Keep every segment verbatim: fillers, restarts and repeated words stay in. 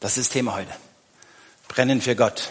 Das ist das Thema heute. Brennen für Gott.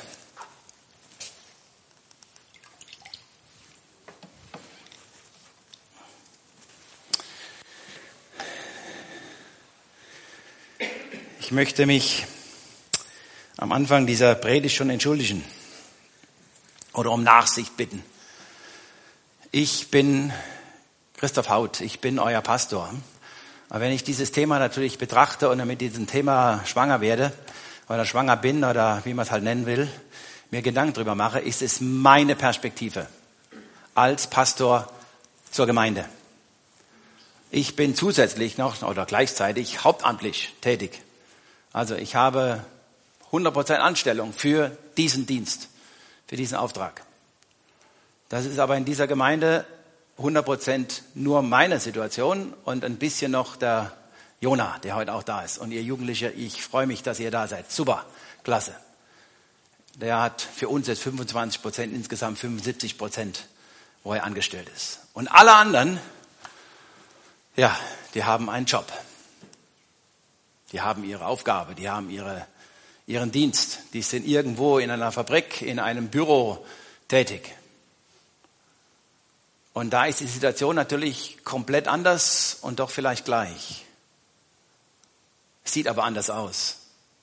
Ich möchte mich am Anfang dieser Predigt schon entschuldigen oder um Nachsicht bitten. Ich bin Christoph Haut, ich bin euer Pastor. Aber wenn ich dieses Thema natürlich betrachte und mit diesem Thema schwanger werde oder schwanger bin oder wie man es halt nennen will, mir Gedanken darüber mache, ist es meine Perspektive als Pastor zur Gemeinde. Ich bin zusätzlich noch oder gleichzeitig hauptamtlich tätig. Also ich habe hundert Prozent Anstellung für diesen Dienst, für diesen Auftrag. Das ist aber in dieser Gemeinde hundert Prozent nur meine Situation und ein bisschen noch der Jona, der heute auch da ist. Und ihr Jugendliche, ich freue mich, dass ihr da seid. Super, klasse. Der hat für uns jetzt fünfundzwanzig Prozent, insgesamt fünfundsiebzig Prozent, wo er angestellt ist. Und alle anderen, ja, die haben einen Job. Die haben ihre Aufgabe, die haben ihre, ihren Dienst. Die sind irgendwo in einer Fabrik, in einem Büro tätig. Und da ist die Situation natürlich komplett anders und doch vielleicht gleich. Sieht aber anders aus.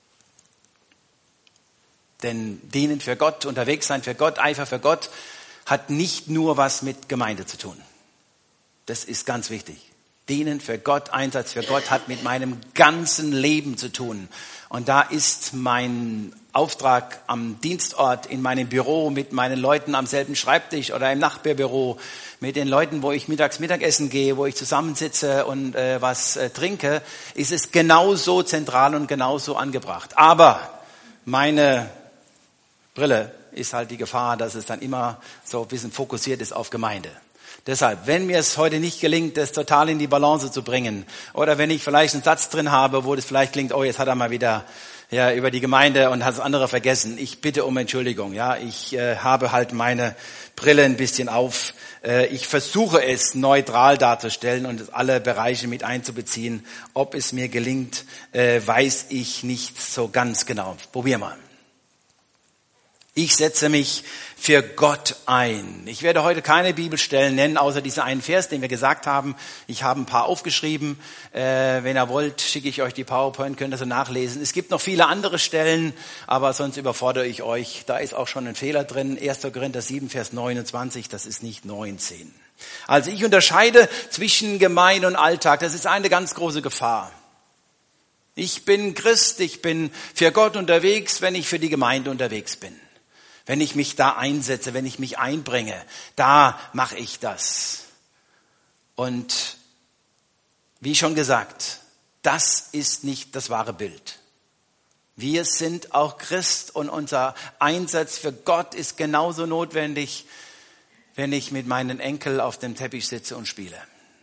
Denn dienen für Gott, unterwegs sein für Gott, Eifer für Gott, hat nicht nur was mit Gemeinde zu tun. Das ist ganz wichtig. Dienen für Gott, Einsatz für Gott hat mit meinem ganzen Leben zu tun. Und da ist mein Auftrag am Dienstort, in meinem Büro, mit meinen Leuten am selben Schreibtisch oder im Nachbarbüro, mit den Leuten, wo ich mittags Mittagessen gehe, wo ich zusammensitze und äh, was äh, trinke, ist es genauso zentral und genauso angebracht. Aber meine Brille ist halt die Gefahr, dass es dann immer so ein bisschen fokussiert ist auf Gemeinde. Deshalb, wenn mir es heute nicht gelingt, das total in die Balance zu bringen, oder wenn ich vielleicht einen Satz drin habe, wo das vielleicht klingt, oh, jetzt hat er mal wieder ja über die Gemeinde und hat das andere vergessen. Ich bitte um Entschuldigung. Ja, ich äh, habe halt meine Brille ein bisschen auf. Äh, ich versuche es neutral darzustellen und alle Bereiche mit einzubeziehen. Ob es mir gelingt, äh, weiß ich nicht so ganz genau. Probier mal. Ich setze mich für Gott ein. Ich werde heute keine Bibelstellen nennen, außer diesen einen Vers, den wir gesagt haben. Ich habe ein paar aufgeschrieben. Äh, wenn ihr wollt, schicke ich euch die PowerPoint, könnt ihr so nachlesen. Es gibt noch viele andere Stellen, aber sonst überfordere ich euch. Da ist auch schon ein Fehler drin. erster Korinther sieben, Vers neunundzwanzig, das ist nicht neunzehn. Also ich unterscheide zwischen Gemeinde und Alltag. Das ist eine ganz große Gefahr. Ich bin Christ, ich bin für Gott unterwegs, wenn ich für die Gemeinde unterwegs bin. Wenn ich mich da einsetze, wenn ich mich einbringe, da mache ich das. Und wie schon gesagt, das ist nicht das wahre Bild. Wir sind auch Christ und unser Einsatz für Gott ist genauso notwendig, wenn ich mit meinen Enkeln auf dem Teppich sitze und spiele.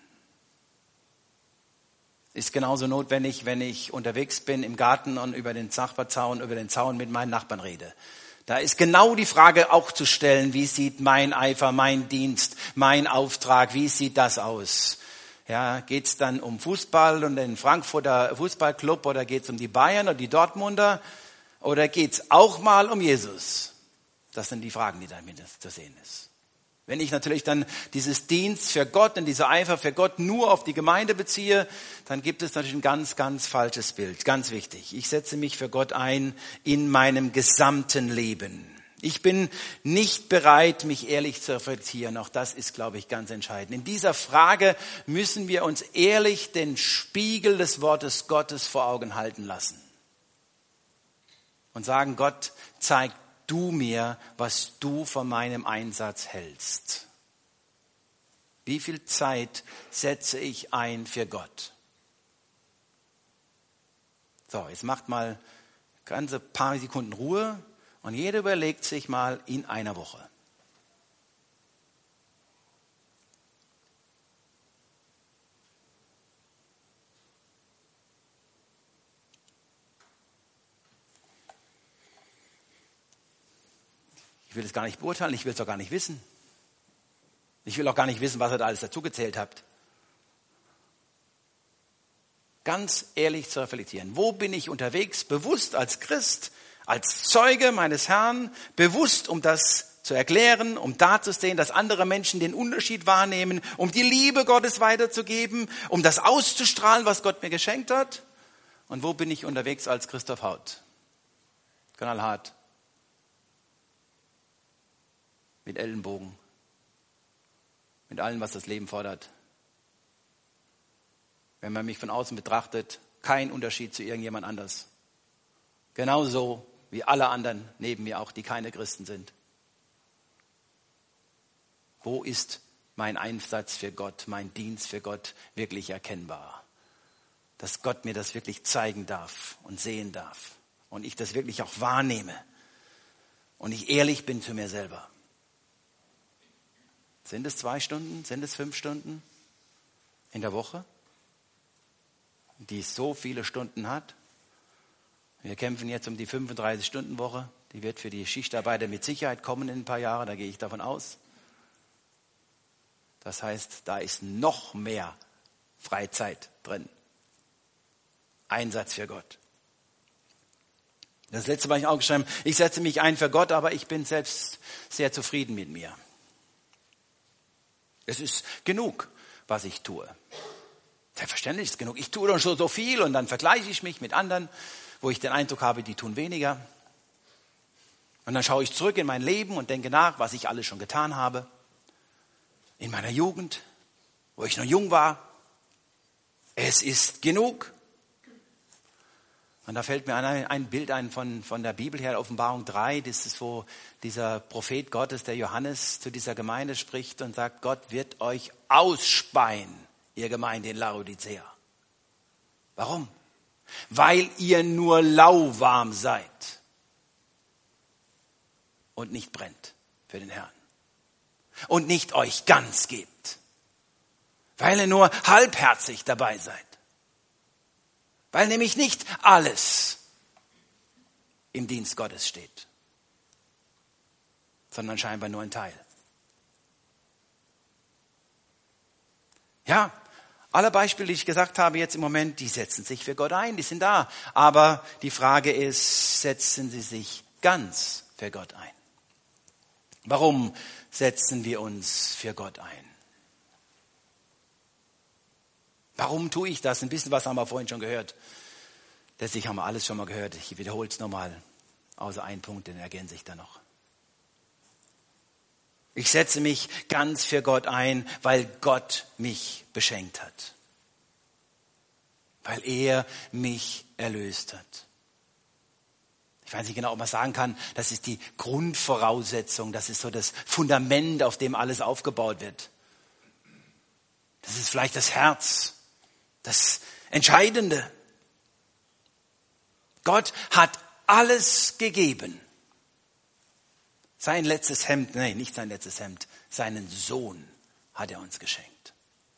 Ist genauso notwendig, wenn ich unterwegs bin im Garten und über den Nachbarzaun, über den Zaun mit meinen Nachbarn rede. Da ist genau die Frage auch zu stellen, wie sieht mein Eifer, mein Dienst, mein Auftrag, wie sieht das aus? Ja, geht's dann um Fußball und den Frankfurter Fußballclub oder geht's um die Bayern oder die Dortmunder oder geht's auch mal um Jesus? Das sind die Fragen, die damit zu sehen ist. Wenn ich natürlich dann dieses Dienst für Gott und dieser Eifer für Gott nur auf die Gemeinde beziehe, dann gibt es natürlich ein ganz, ganz falsches Bild. Ganz wichtig. Ich setze mich für Gott ein in meinem gesamten Leben. Ich bin nicht bereit, mich ehrlich zu reflektieren. Auch das ist, glaube ich, ganz entscheidend. In dieser Frage müssen wir uns ehrlich den Spiegel des Wortes Gottes vor Augen halten lassen. Und sagen, Gott, zeig du mir, was du von meinem Einsatz hältst. Wie viel Zeit setze ich ein für Gott? So, jetzt macht mal ganze paar Sekunden Ruhe und jeder überlegt sich mal in einer Woche. Ich will es gar nicht beurteilen, ich will es auch gar nicht wissen. Ich will auch gar nicht wissen, was ihr da alles dazugezählt habt. ganz ehrlich zu reflektieren. Wo bin ich unterwegs, bewusst als Christ, als Zeuge meines Herrn, bewusst, um das zu erklären, um dazustehen, dass andere Menschen den Unterschied wahrnehmen, um die Liebe Gottes weiterzugeben, um das auszustrahlen, was Gott mir geschenkt hat? Und wo bin ich unterwegs als Christoph Haut? Knallhart. Mit Ellenbogen. Mit allem, was das Leben fordert. Wenn man mich von außen betrachtet, kein Unterschied zu irgendjemand anders. Genauso wie alle anderen neben mir auch, die keine Christen sind. Wo ist mein Einsatz für Gott, mein Dienst für Gott wirklich erkennbar? Dass Gott mir das wirklich zeigen darf und sehen darf. Und ich das wirklich auch wahrnehme. Und ich ehrlich bin zu mir selber. Sind es zwei Stunden? Sind es fünf Stunden in der Woche, die so viele Stunden hat? Wir kämpfen jetzt um die fünfunddreißig-Stunden-Woche. Die wird für die Schichtarbeiter mit Sicherheit kommen in ein paar Jahren, da gehe ich davon aus. Das heißt, da ist noch mehr Freizeit drin. Einsatz für Gott. Das letzte, was ich auch geschrieben habe, ich setze mich ein für Gott, aber ich bin selbst sehr zufrieden mit mir. Es ist genug, was ich tue. Selbstverständlich ist es genug. Ich tue doch schon so viel und dann vergleiche ich mich mit anderen, wo ich den Eindruck habe, die tun weniger. Und dann schaue ich zurück in mein Leben und denke nach, was ich alles schon getan habe. In meiner Jugend, wo ich noch jung war. Es ist genug. Und da fällt mir ein, ein Bild ein von, von der Bibel her, Offenbarung drei, das ist, wo dieser Prophet Gottes, der Johannes, zu dieser Gemeinde spricht und sagt, Gott wird euch ausspeien, ihr Gemeinde in Laodicea. Warum? Weil ihr nur lauwarm seid und nicht brennt für den Herrn. Und nicht euch ganz gebt, weil ihr nur halbherzig dabei seid. Weil nämlich nicht alles im Dienst Gottes steht, sondern scheinbar nur ein Teil. Ja, alle Beispiele, die ich gesagt habe jetzt im Moment, die setzen sich für Gott ein, die sind da. Aber die Frage ist, setzen sie sich ganz für Gott ein? Warum setzen wir uns für Gott ein? Warum tue ich das? Ein bisschen was haben wir vorhin schon gehört. Letztlich haben wir alles schon mal gehört. Ich wiederhole es nochmal. Außer einen Punkt, den ergänze ich dann noch. Ich setze mich ganz für Gott ein, weil Gott mich beschenkt hat. Weil er mich erlöst hat. Ich weiß nicht genau, ob man sagen kann, das ist die Grundvoraussetzung, das ist so das Fundament, auf dem alles aufgebaut wird. Das ist vielleicht das Herz, das Entscheidende. Gott hat alles gegeben. Sein letztes Hemd, nein, nicht sein letztes Hemd, seinen Sohn hat er uns geschenkt.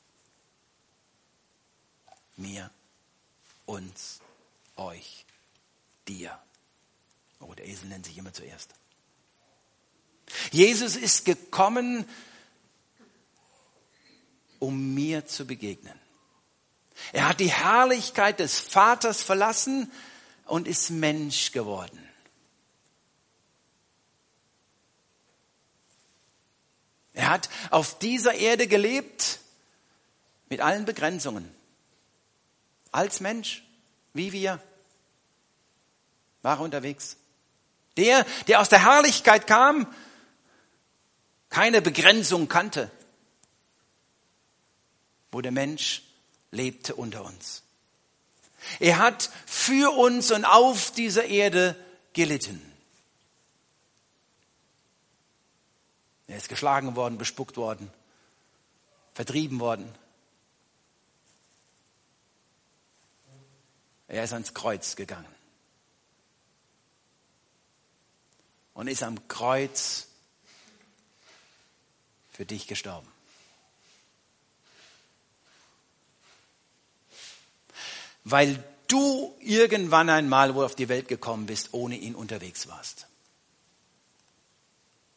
Mir, uns, euch, dir. Oh, der Esel nennt sich immer zuerst. Jesus ist gekommen, um mir zu begegnen. Er hat die Herrlichkeit des Vaters verlassen und ist Mensch geworden. Er hat auf dieser Erde gelebt mit allen Begrenzungen. Als Mensch, wie wir, war er unterwegs. Der, der aus der Herrlichkeit kam, keine Begrenzung kannte, wo der Mensch lebte unter uns. Er hat für uns und auf dieser Erde gelitten. Er ist geschlagen worden, bespuckt worden, vertrieben worden. Er ist ans Kreuz gegangen. Und ist am Kreuz für dich gestorben. Weil du irgendwann einmal, wo du auf die Welt gekommen bist, ohne ihn unterwegs warst.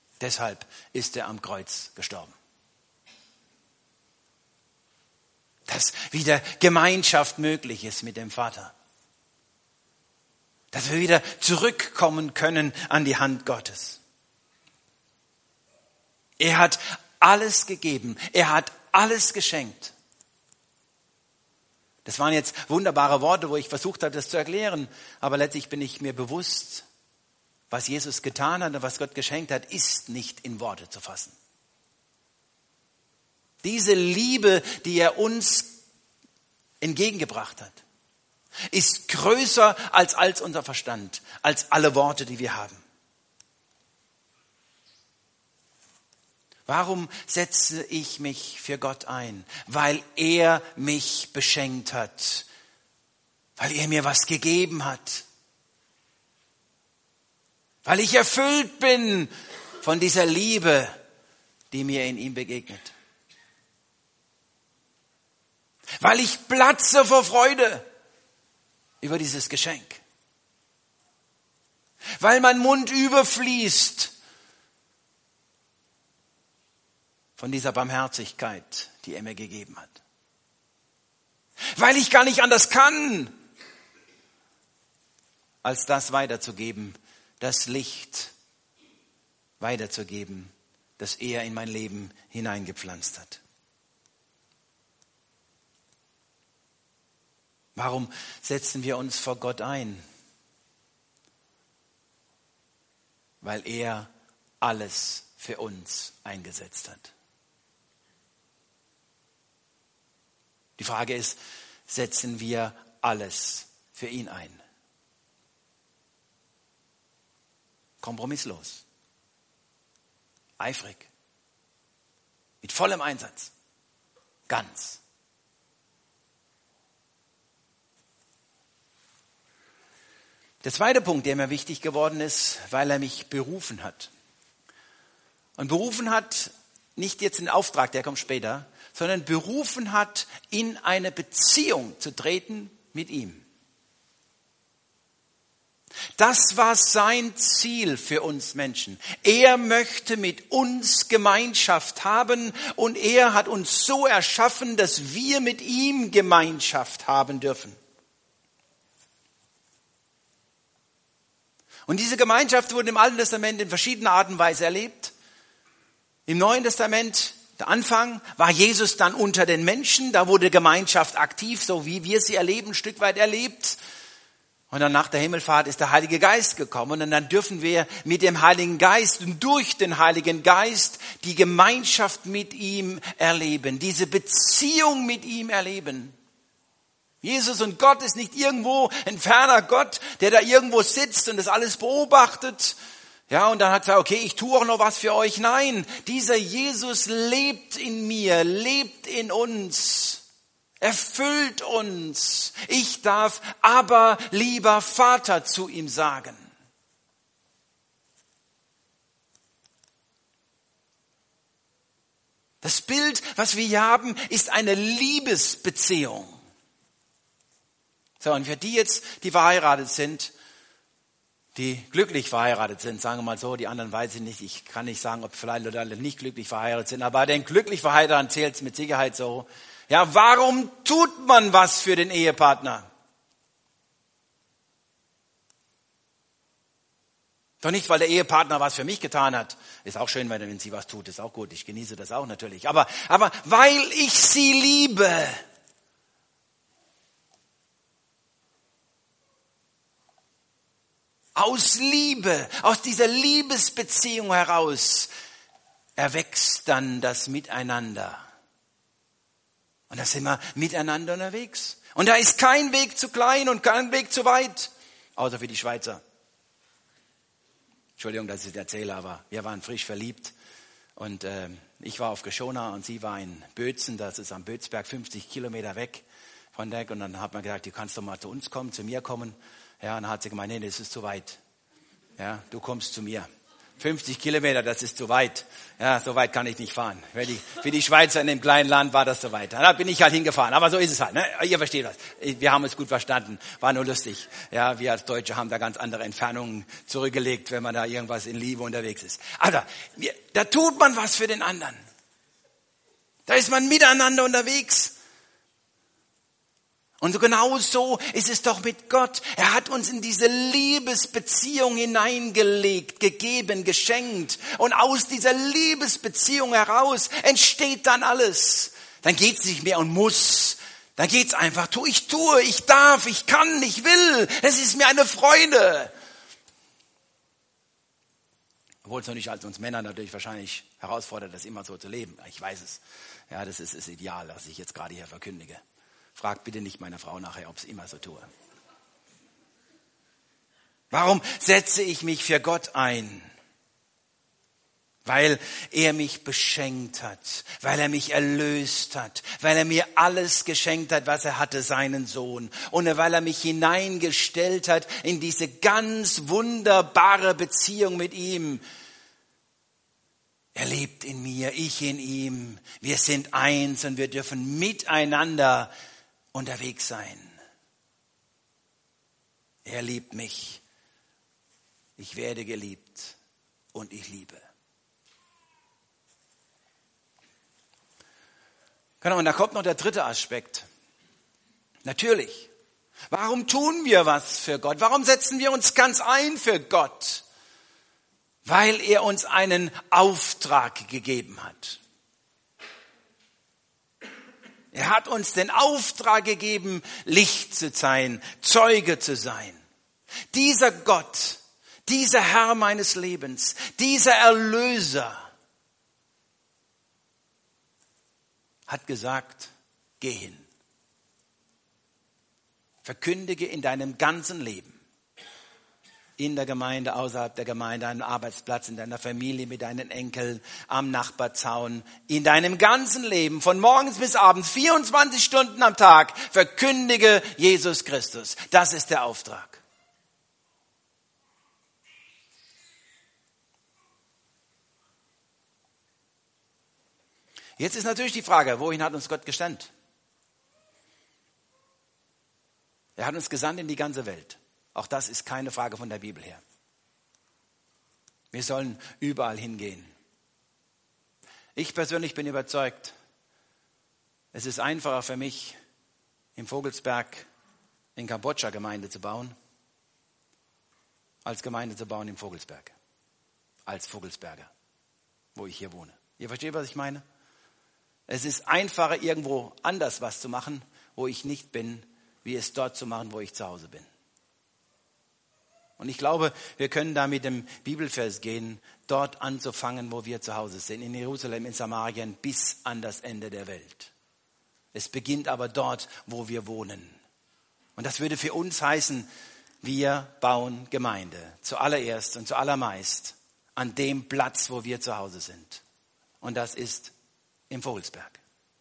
Deshalb ist er am Kreuz gestorben. Dass wieder Gemeinschaft möglich ist mit dem Vater. Dass wir wieder zurückkommen können an die Hand Gottes. Er hat alles gegeben. Er hat alles geschenkt. Das waren jetzt wunderbare Worte, wo ich versucht habe, das zu erklären. Aber letztlich bin ich mir bewusst, was Jesus getan hat und was Gott geschenkt hat, ist nicht in Worte zu fassen. Diese Liebe, die er uns entgegengebracht hat, ist größer als, als unser Verstand, als alle Worte, die wir haben. Warum setze ich mich für Gott ein? Weil er mich beschenkt hat. Weil er mir was gegeben hat. Weil ich erfüllt bin von dieser Liebe, die mir in ihm begegnet. Weil ich platze vor Freude über dieses Geschenk. Weil mein Mund überfließt von dieser Barmherzigkeit, die er mir gegeben hat. Weil ich gar nicht anders kann, als das weiterzugeben, das Licht weiterzugeben, das er in mein Leben hineingepflanzt hat. Warum setzen wir uns vor Gott ein? Weil er alles für uns eingesetzt hat. Die Frage ist, setzen wir alles für ihn ein? Kompromisslos, eifrig, mit vollem Einsatz, ganz. Der zweite Punkt, der mir wichtig geworden ist, weil er mich berufen hat. Und berufen hat, nicht jetzt den Auftrag, der kommt später, sondern berufen hat, in eine Beziehung zu treten mit ihm. Das war sein Ziel für uns Menschen. Er möchte mit uns Gemeinschaft haben und er hat uns so erschaffen, dass wir mit ihm Gemeinschaft haben dürfen. Und diese Gemeinschaft wurde im Alten Testament in verschiedener Art und Weise erlebt. Im Neuen Testament, der Anfang, war Jesus dann unter den Menschen. Da wurde Gemeinschaft aktiv, so wie wir sie erleben, ein Stück weit erlebt. Und dann nach der Himmelfahrt ist der Heilige Geist gekommen. Und dann dürfen wir mit dem Heiligen Geist und durch den Heiligen Geist die Gemeinschaft mit ihm erleben. Diese Beziehung mit ihm erleben. Jesus und Gott ist nicht irgendwo ein ferner Gott, der da irgendwo sitzt und das alles beobachtet. Ja, und dann hat er gesagt, okay, ich tue auch noch was für euch. Nein, dieser Jesus lebt in mir, lebt in uns, erfüllt uns. Ich darf aber lieber Vater zu ihm sagen. Das Bild, was wir hier haben, ist eine Liebesbeziehung. So, und für die jetzt, die verheiratet sind, die glücklich verheiratet sind, sagen wir mal so, die anderen weiß ich nicht, ich kann nicht sagen, ob vielleicht oder alle nicht glücklich verheiratet sind, aber den glücklich Verheirateten zählt es mit Sicherheit so. Ja, warum tut man was für den Ehepartner? Doch nicht, weil der Ehepartner was für mich getan hat. Ist auch schön, wenn sie was tut, ist auch gut, ich genieße das auch natürlich. Aber, aber weil ich sie liebe. Aus Liebe, aus dieser Liebesbeziehung heraus erwächst dann das Miteinander. Und da sind wir miteinander unterwegs. Und da ist kein Weg zu klein und kein Weg zu weit, außer für die Schweizer. Entschuldigung, dass ich das erzähle, aber wir waren frisch verliebt. Und äh, ich war auf Geschona und sie war in Bötzen, das ist am Bötzberg, fünfzig Kilometer weg von der. Und dann hat man gesagt, du kannst doch mal zu uns kommen, zu mir kommen. Ja, und dann hat sie gemeint, nee, das ist zu weit. Ja, du kommst zu mir. fünfzig Kilometer, das ist zu weit. Ja, so weit kann ich nicht fahren. Für die, für die Schweizer in dem kleinen Land war das so weit. Da bin ich halt hingefahren. Aber so ist es halt. Ne? Ihr versteht was. Wir haben uns gut verstanden. War nur lustig. Ja, wir als Deutsche haben da ganz andere Entfernungen zurückgelegt, wenn man da irgendwas in Liebe unterwegs ist. Also, wir, da tut man was für den anderen. Da ist man miteinander unterwegs. Und genau so ist es doch mit Gott. Er hat uns in diese Liebesbeziehung hineingelegt, gegeben, geschenkt. Und aus dieser Liebesbeziehung heraus entsteht dann alles. Dann geht es nicht mehr und muss. Dann geht es einfach, tu, ich tue, ich darf, ich kann, ich will. Es ist mir eine Freude. Obwohl es natürlich als uns Männer natürlich wahrscheinlich herausfordert, das immer so zu leben. Ich weiß es. Ja, das ist das Ideal, was ich jetzt gerade hier verkündige. Frag bitte nicht meine Frau nachher, ob ich es immer so tue. Warum setze ich mich für Gott ein? Weil er mich beschenkt hat, weil er mich erlöst hat, weil er mir alles geschenkt hat, was er hatte, seinen Sohn. Und weil er mich hineingestellt hat in diese ganz wunderbare Beziehung mit ihm. Er lebt in mir, ich in ihm. Wir sind eins und wir dürfen miteinander unterwegs sein. Er liebt mich. Ich werde geliebt und ich liebe. Genau, und da kommt noch der dritte Aspekt. Natürlich. Warum tun wir was für Gott? Warum setzen wir uns ganz ein für Gott? Weil er uns einen Auftrag gegeben hat. Er hat uns den Auftrag gegeben, Licht zu sein, Zeuge zu sein. Dieser Gott, dieser Herr meines Lebens, dieser Erlöser hat gesagt, geh hin. Verkündige in deinem ganzen Leben, in der Gemeinde, außerhalb der Gemeinde, an einem Arbeitsplatz, in deiner Familie, mit deinen Enkeln, am Nachbarzaun, in deinem ganzen Leben, von morgens bis abends, vierundzwanzig Stunden am Tag, verkündige Jesus Christus. Das ist der Auftrag. Jetzt ist natürlich die Frage, wohin hat uns Gott gesandt? Er hat uns gesandt in die ganze Welt. Auch das ist keine Frage von der Bibel her. Wir sollen überall hingehen. Ich persönlich bin überzeugt, es ist einfacher für mich, im Vogelsberg in Kambodscha Gemeinde zu bauen, als Gemeinde zu bauen im Vogelsberg. Als Vogelsberger, wo ich hier wohne. Ihr versteht, was ich meine? Es ist einfacher, irgendwo anders was zu machen, wo ich nicht bin, wie es dort zu machen, wo ich zu Hause bin. Und ich glaube, wir können da mit dem Bibelvers gehen, dort anzufangen, wo wir zu Hause sind, in Jerusalem, in Samarien, bis an das Ende der Welt. Es beginnt aber dort, wo wir wohnen. Und das würde für uns heißen, wir bauen Gemeinde, zuallererst und zuallermeist an dem Platz, wo wir zu Hause sind. Und das ist im Vogelsberg.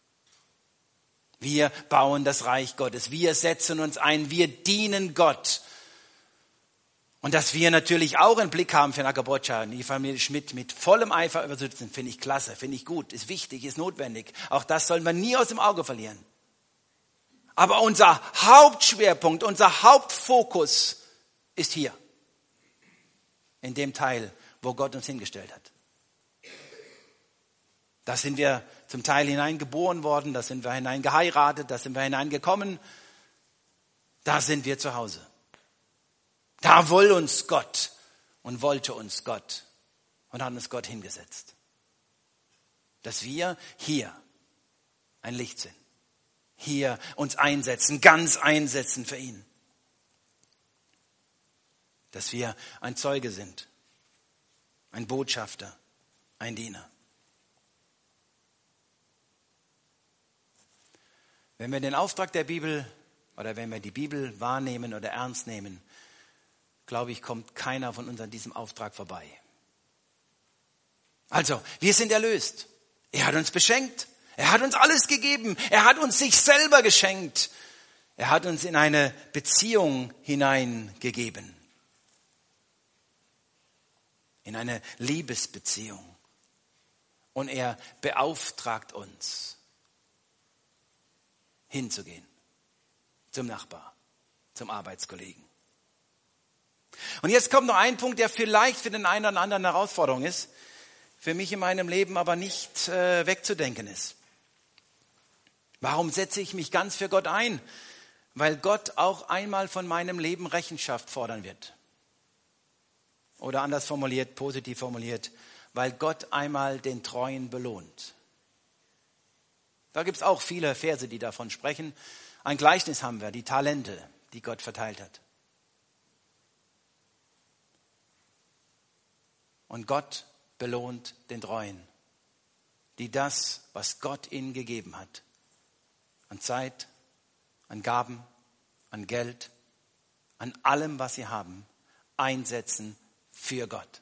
Wir bauen das Reich Gottes, wir setzen uns ein, wir dienen Gott. Und dass wir natürlich auch einen Blick haben für Kambodscha, die Familie Schmidt mit vollem Eifer übersetzen, finde ich klasse, finde ich gut, ist wichtig, ist notwendig. Auch das sollen wir nie aus dem Auge verlieren. Aber unser Hauptschwerpunkt, unser Hauptfokus ist hier. In dem Teil, wo Gott uns hingestellt hat. Da sind wir zum Teil hineingeboren worden, da sind wir hineingeheiratet, da sind wir hineingekommen. Da sind wir zu Hause. Da will uns Gott und wollte uns Gott und hat uns Gott hingesetzt. Dass wir hier ein Licht sind. Hier uns einsetzen, ganz einsetzen für ihn. Dass wir ein Zeuge sind, ein Botschafter, ein Diener. Wenn wir den Auftrag der Bibel oder wenn wir die Bibel wahrnehmen oder ernst nehmen, glaube ich, kommt keiner von uns an diesem Auftrag vorbei. Also, wir sind erlöst. Er hat uns beschenkt. Er hat uns alles gegeben. Er hat uns sich selber geschenkt. Er hat uns in eine Beziehung hineingegeben. In eine Liebesbeziehung. Und er beauftragt uns, hinzugehen. Zum Nachbar, zum Arbeitskollegen. Und jetzt kommt noch ein Punkt, der vielleicht für den einen oder anderen eine Herausforderung ist, für mich in meinem Leben aber nicht äh, wegzudenken ist. Warum setze ich mich ganz für Gott ein? weil Gott auch einmal von meinem Leben Rechenschaft fordern wird. Oder anders formuliert, positiv formuliert, weil Gott einmal den Treuen belohnt. Da gibt es auch viele Verse, die davon sprechen. Ein Gleichnis haben wir, die Talente, die Gott verteilt hat. Und Gott belohnt den Treuen, die das, was Gott ihnen gegeben hat, an Zeit, an Gaben, an Geld, an allem, was sie haben, einsetzen für Gott.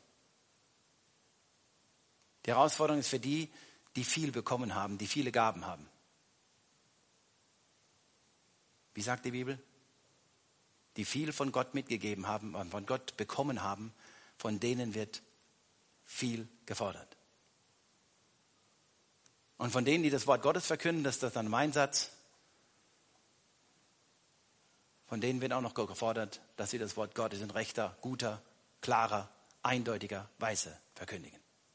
Die Herausforderung ist für die, die viel bekommen haben, die viele Gaben haben. Wie sagt die Bibel? Die viel von Gott mitgegeben haben und von Gott bekommen haben, von denen wird viel gefordert. Und von denen, die das Wort Gottes verkünden, das ist dann mein Satz, von denen wird auch noch gefordert, dass sie das Wort Gottes in rechter, guter, klarer, eindeutiger Weise verkündigen.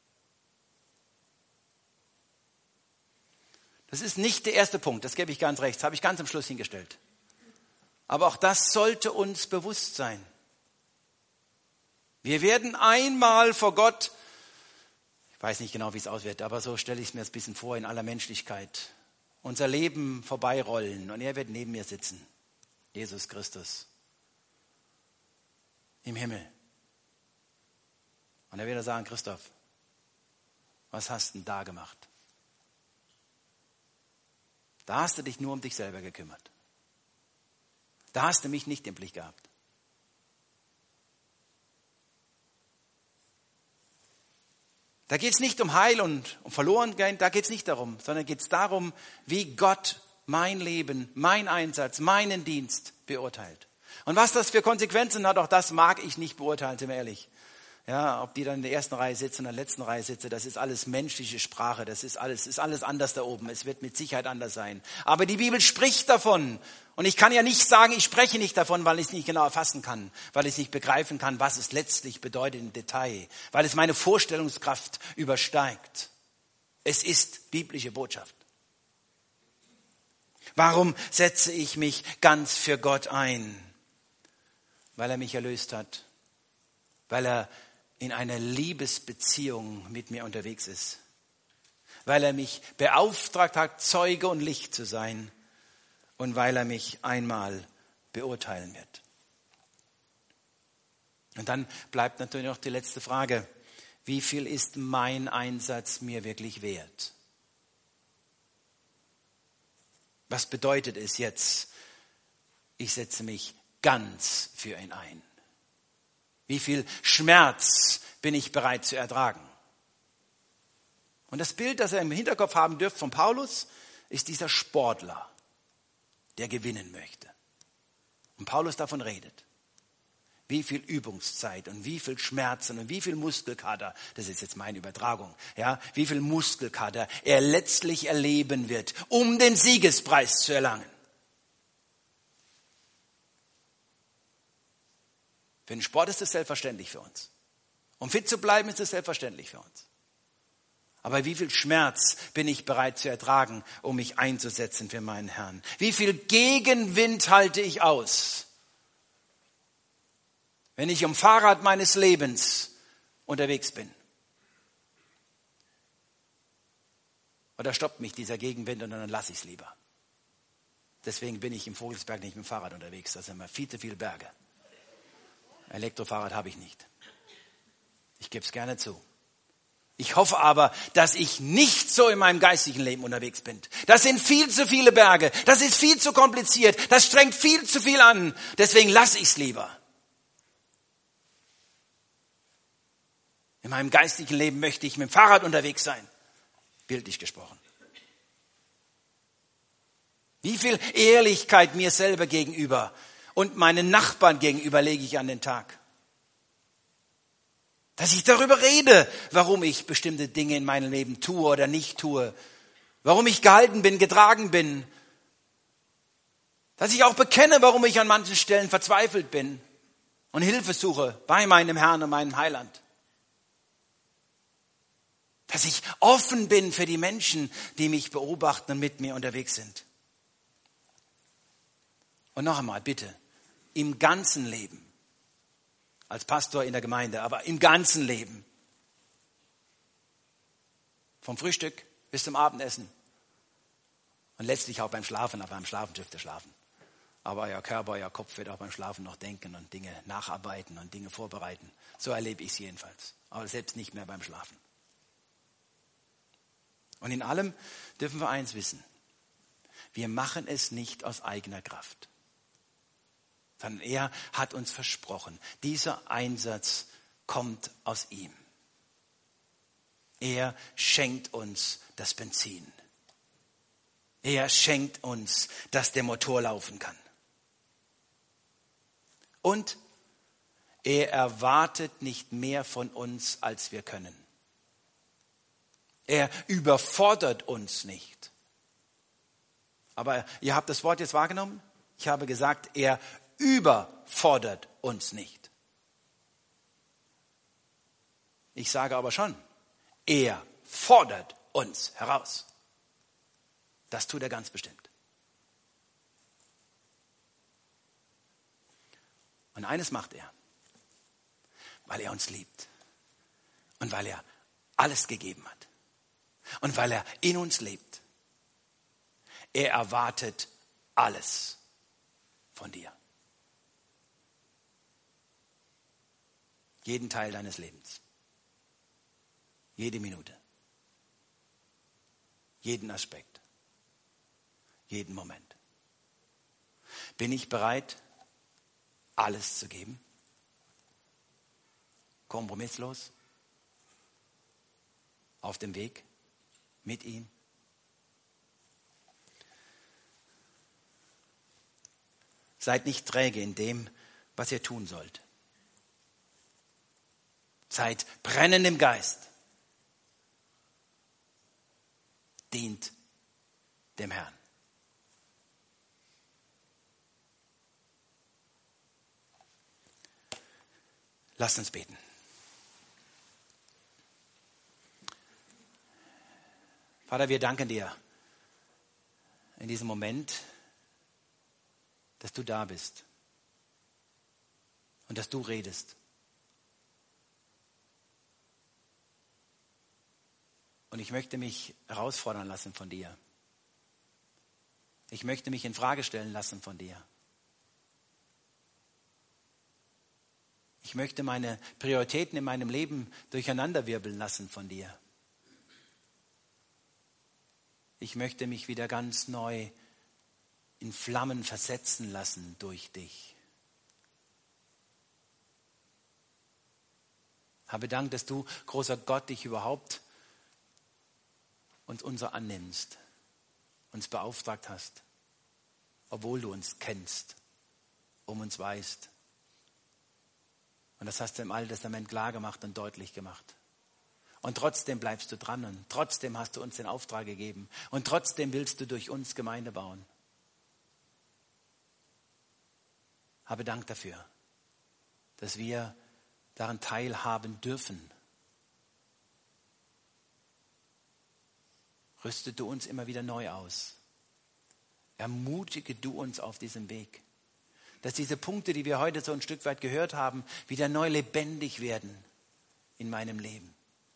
Das ist nicht der erste Punkt, das gebe ich ganz recht, das habe ich ganz am Schluss hingestellt. Aber auch das sollte uns bewusst sein. Wir werden einmal vor Gott, ich weiß nicht genau, wie es auswirkt, aber so stelle ich es mir jetzt ein bisschen vor, in aller Menschlichkeit, unser Leben vorbeirollen und er wird neben mir sitzen. Jesus Christus im Himmel. Und er wird sagen, Christoph, was hast du denn da gemacht? Da hast du dich nur um dich selber gekümmert. Da hast du mich nicht im Blick gehabt. Da geht es nicht um Heil und um Verlorengehen, da geht es nicht darum, sondern geht es darum, wie Gott mein Leben, mein Einsatz, meinen Dienst beurteilt. Und was das für Konsequenzen hat, auch das mag ich nicht beurteilen, sind wir ehrlich. Ja, ob die dann in der ersten Reihe sitzen oder in der letzten Reihe sitzen, das ist alles menschliche Sprache, das ist alles, ist alles anders da oben. Es wird mit Sicherheit anders sein. Aber die Bibel spricht davon. Und ich kann ja nicht sagen, ich spreche nicht davon, weil ich es nicht genau erfassen kann, weil ich es nicht begreifen kann, was es letztlich bedeutet im Detail, weil es meine Vorstellungskraft übersteigt. Es ist biblische Botschaft. Warum setze ich mich ganz für Gott ein? Weil er mich erlöst hat, weil er in einer Liebesbeziehung mit mir unterwegs ist, weil er mich beauftragt hat, Zeuge und Licht zu sein und weil er mich einmal beurteilen wird. Und dann bleibt natürlich noch die letzte Frage, wie viel ist mein Einsatz mir wirklich wert? Was bedeutet es jetzt, ich setze mich ganz für ihn ein? Wie viel Schmerz bin ich bereit zu ertragen? Und das Bild, das ihr im Hinterkopf haben dürft von Paulus, ist dieser Sportler, der gewinnen möchte. Und Paulus davon redet. Wie viel Übungszeit und wie viel Schmerzen und wie viel Muskelkater, das ist jetzt meine Übertragung, ja, wie viel Muskelkater er letztlich erleben wird, um den Siegespreis zu erlangen. Für den Sport ist es selbstverständlich für uns. Um fit zu bleiben, ist es selbstverständlich für uns. Aber wie viel Schmerz bin ich bereit zu ertragen, um mich einzusetzen für meinen Herrn? Wie viel Gegenwind halte ich aus, wenn ich am Fahrrad meines Lebens unterwegs bin? Oder stoppt mich dieser Gegenwind und dann lasse ich es lieber? Deswegen bin ich im Vogelsberg nicht mit dem Fahrrad unterwegs. Da sind immer viel zu viele Berge. Elektrofahrrad habe ich nicht. Ich gebe es gerne zu. Ich hoffe aber, dass ich nicht so in meinem geistigen Leben unterwegs bin. Das sind viel zu viele Berge. Das ist viel zu kompliziert. Das strengt viel zu viel an. Deswegen lasse ich es lieber. In meinem geistigen Leben möchte ich mit dem Fahrrad unterwegs sein. Bildlich gesprochen. Wie viel Ehrlichkeit mir selber gegenüber und meinen Nachbarn gegenüber lege ich an den Tag. Dass ich darüber rede, warum ich bestimmte Dinge in meinem Leben tue oder nicht tue. Warum ich gehalten bin, getragen bin. Dass ich auch bekenne, warum ich an manchen Stellen verzweifelt bin und Hilfe suche bei meinem Herrn und meinem Heiland. Dass ich offen bin für die Menschen, die mich beobachten und mit mir unterwegs sind. Und noch einmal, bitte, im ganzen Leben, als Pastor in der Gemeinde, aber im ganzen Leben, vom Frühstück bis zum Abendessen und letztlich auch beim Schlafen, aber beim Schlafen dürft ihr schlafen. Aber euer Körper, euer Kopf wird auch beim Schlafen noch denken und Dinge nacharbeiten und Dinge vorbereiten. So erlebe ich es jedenfalls, aber selbst nicht mehr beim Schlafen. Und in allem dürfen wir eins wissen: Wir machen es nicht aus eigener Kraft, sondern er hat uns versprochen, dieser Einsatz kommt aus ihm. Er schenkt uns das Benzin. Er schenkt uns, dass der Motor laufen kann. Und er erwartet nicht mehr von uns, als wir können. Er überfordert uns nicht. Aber ihr habt das Wort jetzt wahrgenommen? Ich habe gesagt, er überfordert uns nicht. Ich sage aber schon, er fordert uns heraus. Das tut er ganz bestimmt. Und eines macht er, weil er uns liebt und weil er alles gegeben hat und weil er in uns lebt. Er erwartet alles von dir. Jeden Teil deines Lebens. Jede Minute. Jeden Aspekt. Jeden Moment. Bin ich bereit, alles zu geben? Kompromisslos? Auf dem Weg mit ihm? Seid nicht träge in dem, was ihr tun sollt. Seid brennend im Geist. Dient dem Herrn. Lasst uns beten. Vater, wir danken dir in diesem Moment, dass du da bist und dass du redest. Und ich möchte mich herausfordern lassen von dir. Ich möchte mich in Frage stellen lassen von dir. Ich möchte meine Prioritäten in meinem Leben durcheinanderwirbeln lassen von dir. Ich möchte mich wieder ganz neu in Flammen versetzen lassen durch dich. Habe Dank, dass du, großer Gott, dich überhaupt uns unser annimmst, uns beauftragt hast, obwohl du uns kennst, um uns weißt. Und das hast du im Alten Testament klar gemacht und deutlich gemacht. Und trotzdem bleibst du dran und trotzdem hast du uns den Auftrag gegeben und trotzdem willst du durch uns Gemeinde bauen. Habe Dank dafür, dass wir daran teilhaben dürfen. Rüste du uns immer wieder neu aus. Ermutige du uns auf diesem Weg. Dass diese Punkte, die wir heute so ein Stück weit gehört haben, wieder neu lebendig werden in meinem Leben.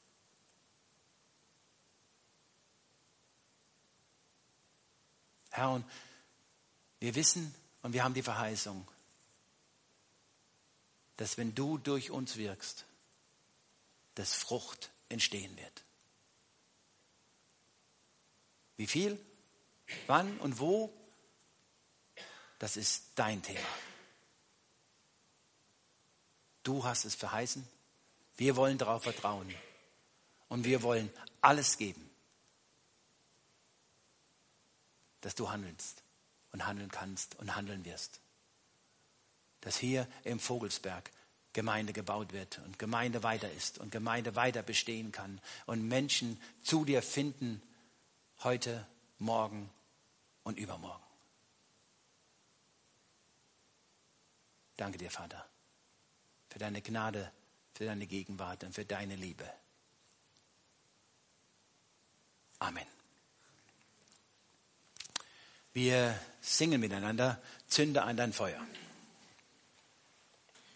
Herr, und wir wissen und wir haben die Verheißung, dass wenn du durch uns wirkst, dass Frucht entstehen wird. Wie viel, wann und wo, das ist dein Thema. Du hast es verheißen. Wir wollen darauf vertrauen. Und wir wollen alles geben, dass du handelst und handeln kannst und handeln wirst. Dass hier im Vogelsberg Gemeinde gebaut wird und Gemeinde weiter ist und Gemeinde weiter bestehen kann und Menschen zu dir finden, heute, morgen und übermorgen. Danke dir, Vater, für deine Gnade, für deine Gegenwart und für deine Liebe. Amen. Wir singen miteinander Zünde an dein Feuer.